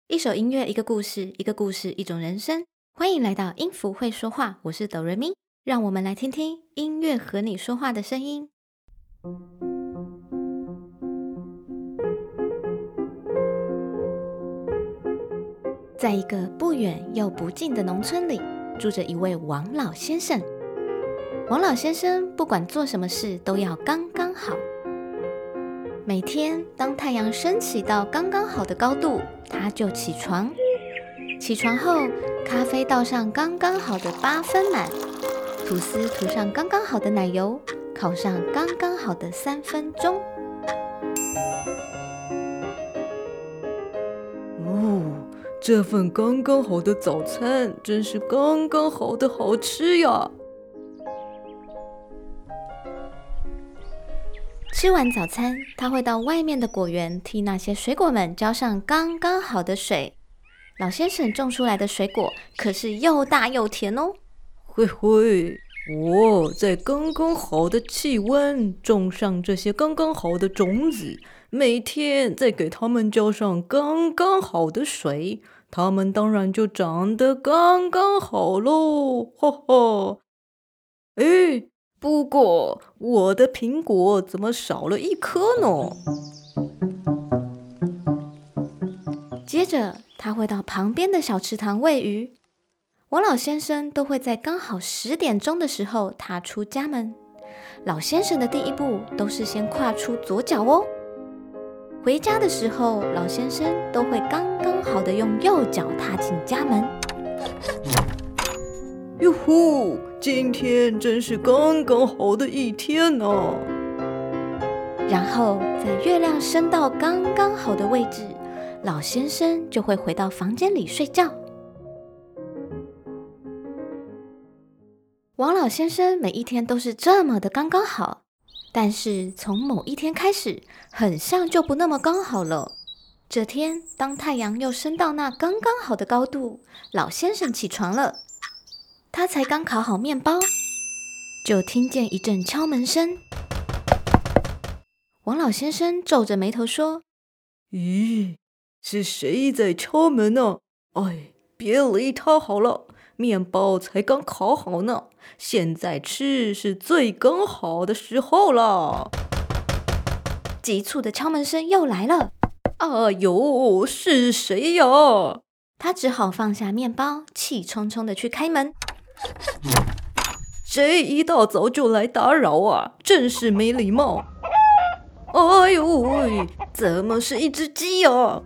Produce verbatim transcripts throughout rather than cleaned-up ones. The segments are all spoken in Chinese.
一首音乐，一个故事，一个故事，一种人生。欢迎来到音符会说话，我是哆瑞咪，让我们来听听音乐和你说话的声音。在一个不远又不近的农村里，住着一位王老先生。王老先生不管做什么事都要刚刚好。每天当太阳升起到刚刚好的高度，他就起床。起床后，咖啡倒上刚刚好的八分满，吐司涂上刚刚好的奶油，烤上刚刚好的三分钟。 哦，这份刚刚好的早餐真是刚刚好的好吃呀！ 吃完早餐，他会到外面的果园替那些水果们浇上刚刚好的水。老先生种出来的水果可是又大又甜哦。 嘿嘿，我在刚刚好的气温种上这些刚刚好的种子，每天再给它们浇上刚刚好的水，它们当然就长得刚刚好咯，哈哈。诶，不过我的苹果怎么少了一颗呢？ 接着他会到旁边的小池塘喂鱼。王老先生都会在刚好十点钟的时候踏出家门。老先生的第一步都是先跨出左脚哦。回家的时候，老先生都会刚刚好的用右脚踏进家门。 哟呼，今天真是刚刚好的一天呢！ 然后在月亮升到刚刚好的位置，老先生就会回到房间里睡觉。王老先生每一天都是这么的刚刚好，但是从某一天开始，很像就不那么刚好了。这天，当太阳又升到那刚刚好的高度，老先生起床了。他才刚烤好面包，就听见一阵敲门声。王老先生皱着眉头说： 咦，是谁在敲门呢？哎，别理他好了，面包才刚烤好呢，现在吃是最刚好的时候了。 急促的敲门声又来了。 哎呦，是谁呀？ 他只好放下面包，气冲冲的去开门。 谁一大早就来打扰啊，真是没礼貌。哎呦喂，怎么是一只鸡啊？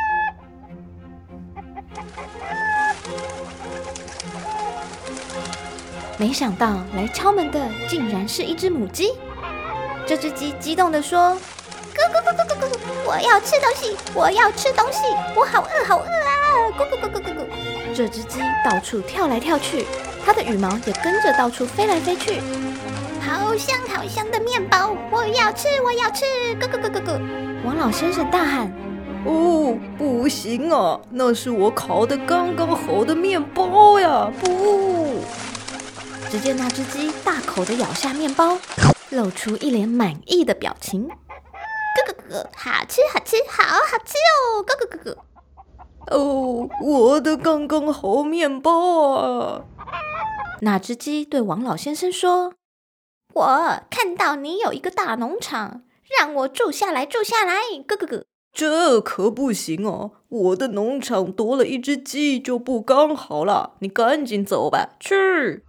没想到来敲门的竟然是一只母鸡。这只鸡激动地说：咕咕咕咕咕咕，我要吃东西，我要吃东西，我好饿好饿啊！咕咕咕咕咕咕。这只鸡到处跳来跳去，它的羽毛也跟着到处飞来飞去。好香好香的面包，我要吃我要吃！咕咕咕咕咕。王老先生大喊： 哦，不行啊，那是我烤的刚刚好的面包呀！不！ 只见那只鸡大口地咬下面包，露出一脸满意的表情。咯咯咯，好吃好吃，好好吃哦！咯咯咯咯。 哦，我的刚刚好面包啊！ 那只鸡对王老先生说：我看到你有一个大农场，让我住下来住下来！咯咯咯。 这可不行哦，我的农场多了一只鸡就不刚好了，你赶紧走吧，去！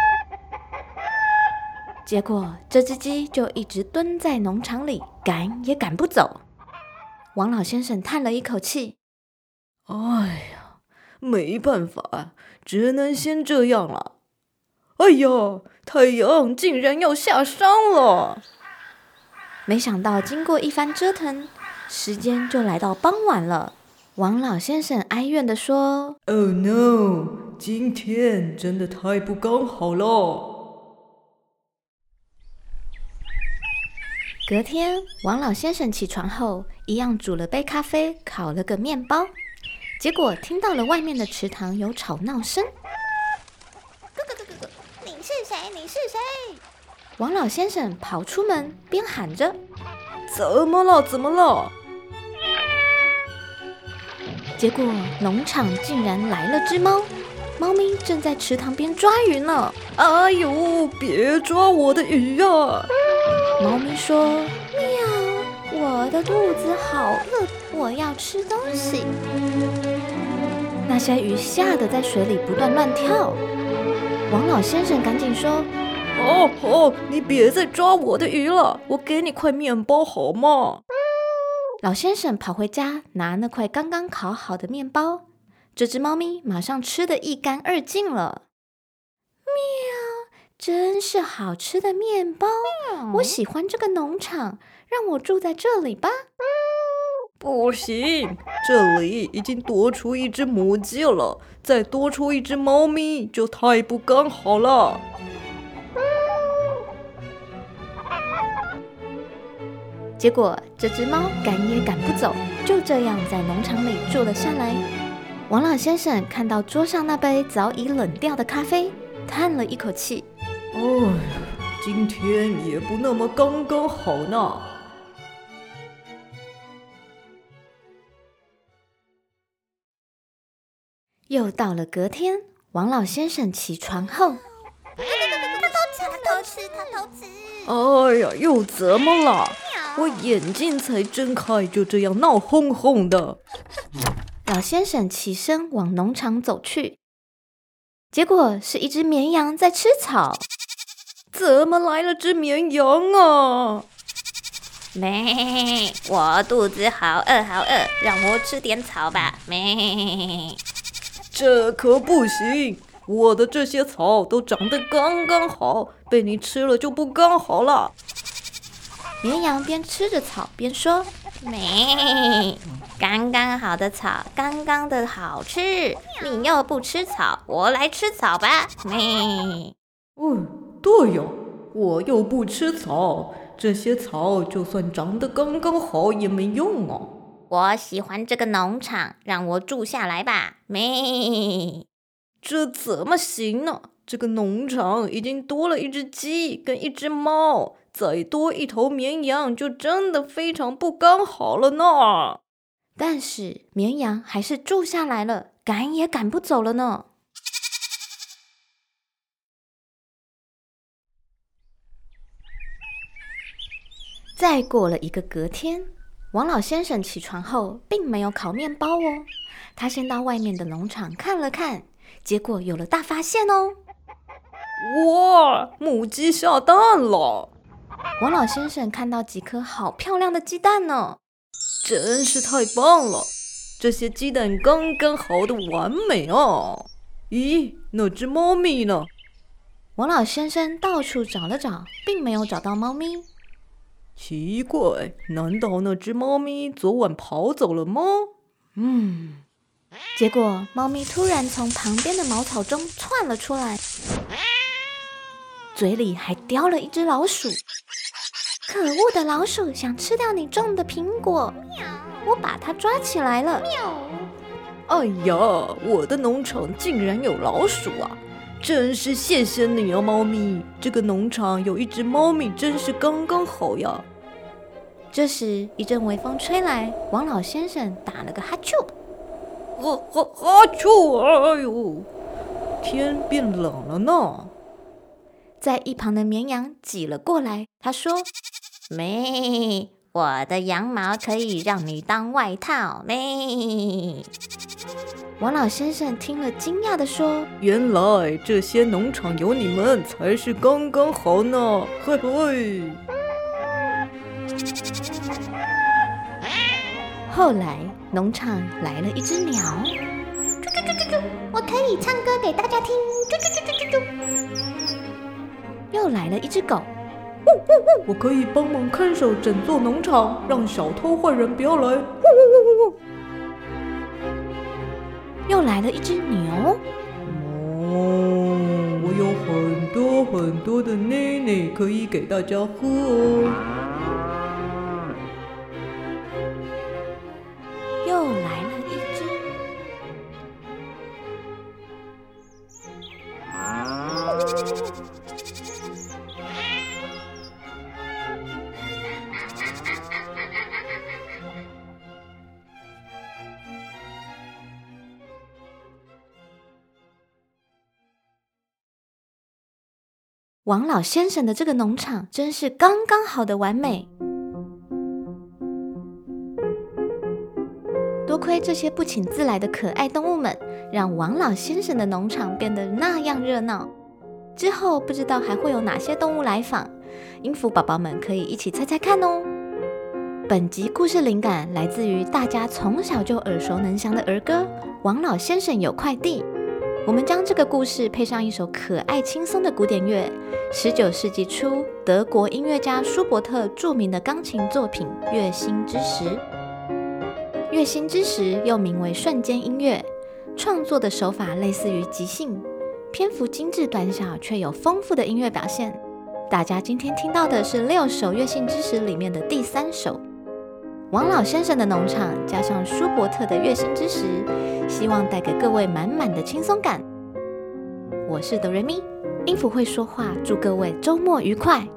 结果这只鸡就一直蹲在农场里，赶也赶不走。王老先生叹了一口气： 哎呀，没办法，只能先这样了。哎呀，太阳竟然要下山了！ 没想到经过一番折腾，时间就来到傍晚了。王老先生哀怨地说： Oh no， 今天真的太不刚好了。 隔天，王老先生起床后，一样煮了杯咖啡，烤了个面包。结果听到了外面的池塘有吵闹声。咯咯咯咯咯，你是谁？你是谁？王老先生跑出门，边喊着： 怎么了？怎么了？ 结果农场竟然来了只猫，猫咪正在池塘边抓鱼呢。 哎呦，别抓我的鱼啊！ 猫咪说：喵，我的肚子好饿，我要吃东西。那些鱼吓得在水里不断乱跳。王老先生赶紧说： 哦哦，你别再抓我的鱼了，我给你块面包好吗？ 老先生跑回家拿那块刚刚烤好的面包，这只猫咪马上吃得一干二净了。喵，真是好吃的面包，我喜欢这个农场，让我住在这里吧。 不行，这里已经多出一只母鸡了，再多出一只猫咪就太不刚好了。 结果这只猫赶也赶不走，就这样在农场里住了下来。王老先生看到桌上那杯早已冷掉的咖啡，叹了一口气： 哎呀，今天也不那么刚刚好呢。 又到了隔天，王老先生起床后， 他偷吃，他偷吃，他偷吃。 哎呀，又怎么了？我眼睛才睁开，就这样闹哄哄的。 老先生起身往农场走去，结果是一只绵羊在吃草。 怎么来了只绵羊啊？ 咩，我肚子好饿好饿，让我吃点草吧。咩， 这可不行，我的这些草都长得刚刚好，被你吃了就不刚好了。 绵羊边吃着草边说： 咩，刚刚好的草，刚刚的好吃。你又不吃草，我来吃草吧。咩。 嗯，对呀，我又不吃草，这些草就算长得刚刚好也没用啊。 我喜欢这个农场，让我住下来吧。咩。 这怎么行呢？这个农场已经多了一只鸡跟一只猫，再多一头绵羊就真的非常不刚好了呢。 但是绵羊还是住下来了，赶也赶不走了呢。再过了一个隔天，王老先生起床后并没有烤面包哦，他先到外面的农场看了看，结果有了大发现哦。 哇，母鸡下蛋了！ 王老先生看到几颗好漂亮的鸡蛋呢， 真是太棒了！这些鸡蛋刚刚好的完美啊！咦，那只猫咪呢？ 王老先生到处找了找，并没有找到猫咪。 奇怪，难道那只猫咪昨晚跑走了吗？ 嗯，结果猫咪突然从旁边的茅草中窜了出来，嘴里还叼了一只老鼠。可恶的老鼠想吃掉你种的苹果，我把它抓起来了。 哎呀，我的农场竟然有老鼠啊！真是谢谢你啊，猫咪！这个农场有一只猫咪真是刚刚好呀。 这时一阵微风吹来，王老先生打了个哈啾， 哈哈哈啾！哎呦，天变冷了呢。 在一旁的绵羊挤了过来，他说： 咩，我的羊毛可以让你当外套。咩。 王老先生听了惊讶地说： 原来这些农场有你们才是刚刚好呢，嘿嘿。 后来农场来了一只鸟， 啾啾啾啾啾，我可以唱歌给大家听。啾啾啾啾啾啾。 又来了一只狗， 呜呜呜，我可以帮忙看守整座农场，让小偷坏人不要来。呜呜呜呜。 又来了一只牛， 哦，我有很多很多的奶奶可以给大家喝哦。 又来了一只， 王老先生的这个农场真是刚刚好的完美。多亏这些不请自来的可爱动物们，让王老先生的农场变得那样热闹。之后不知道还会有哪些动物来访，音符宝宝们可以一起猜猜看哦。本集故事灵感来自于大家从小就耳熟能详的儿歌《王老先生有块地》。我们将这个故事配上一首可爱轻松的古典乐，十九世纪初德国音乐家舒伯特著名的钢琴作品《月薪之时》。月薪之时又名为瞬间音乐，创作的手法类似于即兴，篇幅精致短小，却有丰富的音乐表现。大家今天听到的是六首月薪之时里面的第三首。王老先生的农场加上舒伯特的月薪之时，希望带给各位满满的轻松感。我是哆瑞咪，音符会说话，祝各位周末愉快。